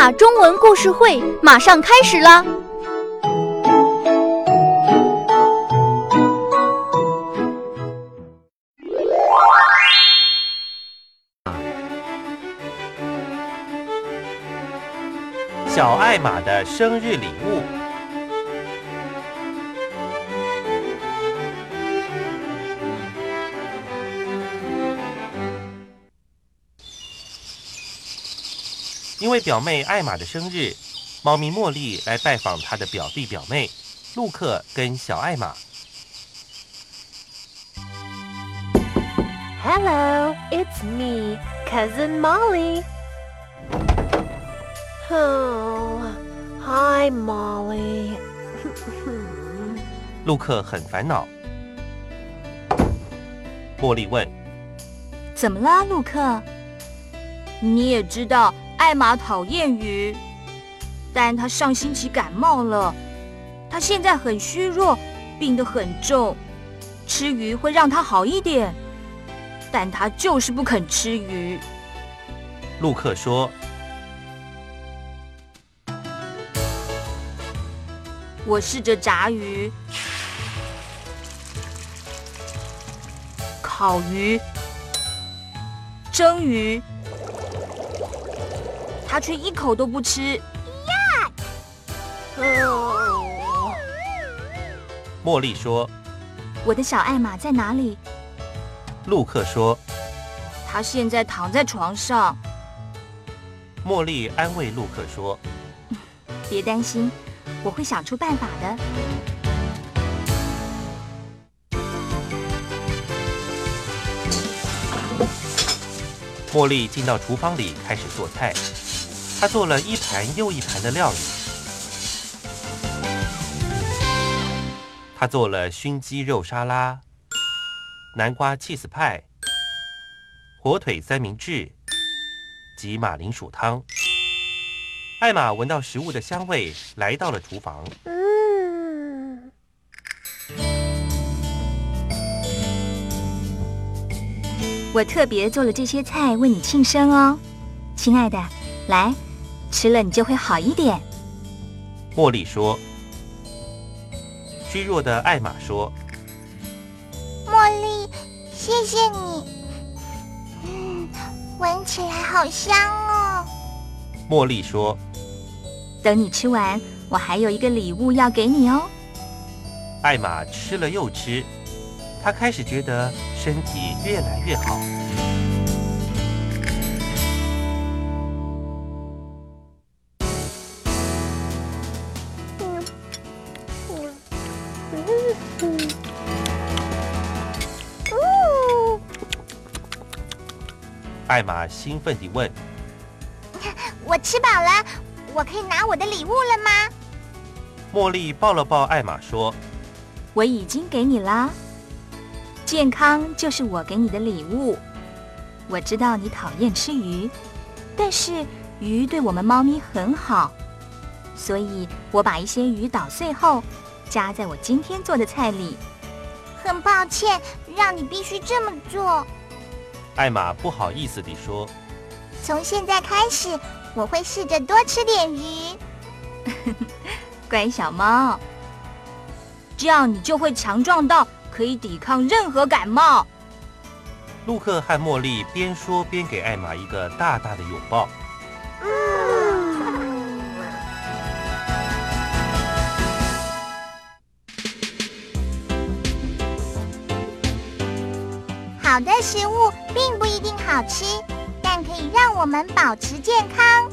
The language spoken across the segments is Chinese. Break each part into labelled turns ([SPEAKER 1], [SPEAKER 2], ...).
[SPEAKER 1] 娜中文故事会马上开始啦！
[SPEAKER 2] 小艾玛的生日礼物。因为表妹艾玛的生日，猫咪茉莉来拜访她的表弟表妹陆克跟小艾玛。
[SPEAKER 3] Hello, it's me, cousin Molly. Oh, hi, Molly.
[SPEAKER 2] 陆克很烦恼。茉莉问：“
[SPEAKER 1] 怎么啦，陆克？
[SPEAKER 4] 你也知道。”艾玛讨厌鱼，但她上星期感冒了，她现在很虚弱，病得很重。吃鱼会让她好一点，但她就是不肯吃鱼。
[SPEAKER 2] 陆克说：“
[SPEAKER 4] 我试着炸鱼、烤鱼、蒸鱼。”他却一口都不吃。呀！
[SPEAKER 2] 茉莉说：“
[SPEAKER 1] 我的小艾玛在哪里？”
[SPEAKER 2] 陆克说：“
[SPEAKER 4] 他现在躺在床上。”
[SPEAKER 2] 茉莉安慰陆克说：“
[SPEAKER 1] 别担心，我会想出办法的。”
[SPEAKER 2] 茉莉进到厨房里开始做菜。他做了一盘又一盘的料理，他做了熏鸡肉沙拉、南瓜 cheese 派、火腿三明治及马铃薯汤。艾玛闻到食物的香味，来到了厨房。
[SPEAKER 1] 我特别做了这些菜为你庆生哦，亲爱的，来。吃了你就会好一点。
[SPEAKER 2] 茉莉说。虚弱的艾玛说：“
[SPEAKER 5] 茉莉，谢谢你。闻起来好香哦。”
[SPEAKER 2] 茉莉说：“
[SPEAKER 1] 等你吃完，我还有一个礼物要给你哦。”
[SPEAKER 2] 艾玛吃了又吃，她开始觉得身体越来越好。艾玛兴奋地问：“
[SPEAKER 5] 我吃饱了，我可以拿我的礼物了吗？”
[SPEAKER 2] 茉莉抱了抱艾玛说：“
[SPEAKER 1] 我已经给你啦，健康就是我给你的礼物。我知道你讨厌吃鱼，但是鱼对我们猫咪很好，所以我把一些鱼捣碎后，加在我今天做的菜里。
[SPEAKER 5] 很抱歉，让你必须这么做。”
[SPEAKER 2] 艾玛不好意思地说：“
[SPEAKER 5] 从现在开始，我会试着多吃点鱼。”
[SPEAKER 1] 乖小猫，
[SPEAKER 4] 这样你就会强壮到可以抵抗任何感冒。
[SPEAKER 2] 陆克和茉莉边说边给艾玛一个大大的拥抱。
[SPEAKER 5] 好的食物并不一定好吃，但可以让我们保持健康。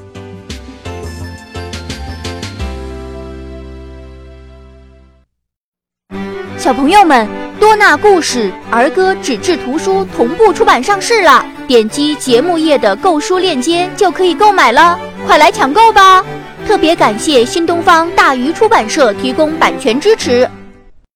[SPEAKER 1] 小朋友们，多纳故事儿歌纸质图书同步出版上市了，点击节目页的购书链接就可以购买了，快来抢购吧！特别感谢新东方大鱼出版社提供版权支持。